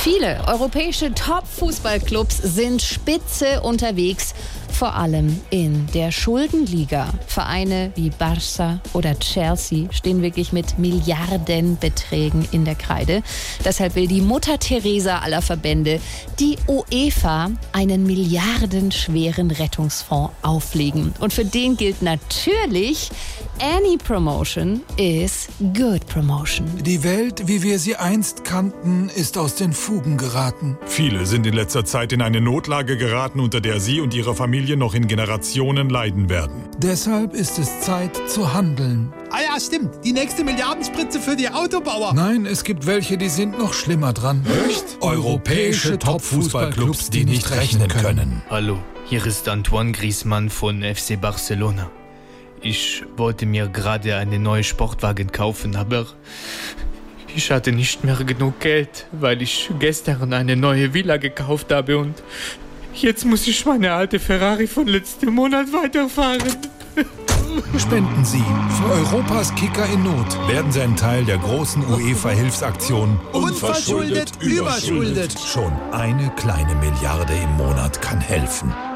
Viele europäische Top-Fußballclubs sind spitze unterwegs, vor allem in der Schuldenliga. Vereine wie Barça oder Chelsea stehen wirklich mit Milliardenbeträgen in der Kreide. Deshalb will die Mutter Teresa aller Verbände, die UEFA, einen milliardenschweren Rettungsfonds auflegen. Und für den gilt natürlich, any promotion is good promotion. Die Welt, wie wir sie einst kannten, ist aus den Fugen geraten. Viele sind in letzter Zeit in eine Notlage geraten, unter der sie und ihre Familie noch in Generationen leiden werden. Deshalb ist es Zeit zu handeln. Ah ja, stimmt. Die nächste Milliardenspritze für die Autobauer. Nein, es gibt welche, die sind noch schlimmer dran. Echt? Europäische Top-Fußballclubs, die nicht rechnen können. Hallo, hier ist Antoine Griezmann von FC Barcelona. Ich wollte mir gerade einen neuen Sportwagen kaufen, aber ich hatte nicht mehr genug Geld, weil ich gestern eine neue Villa gekauft habe und jetzt muss ich meine alte Ferrari von letztem Monat weiterfahren. Spenden Sie für Europas Kicker in Not. Werden Sie ein Teil der großen UEFA-Hilfsaktion Unverschuldet, überschuldet. Schon eine kleine Milliarde im Monat kann helfen.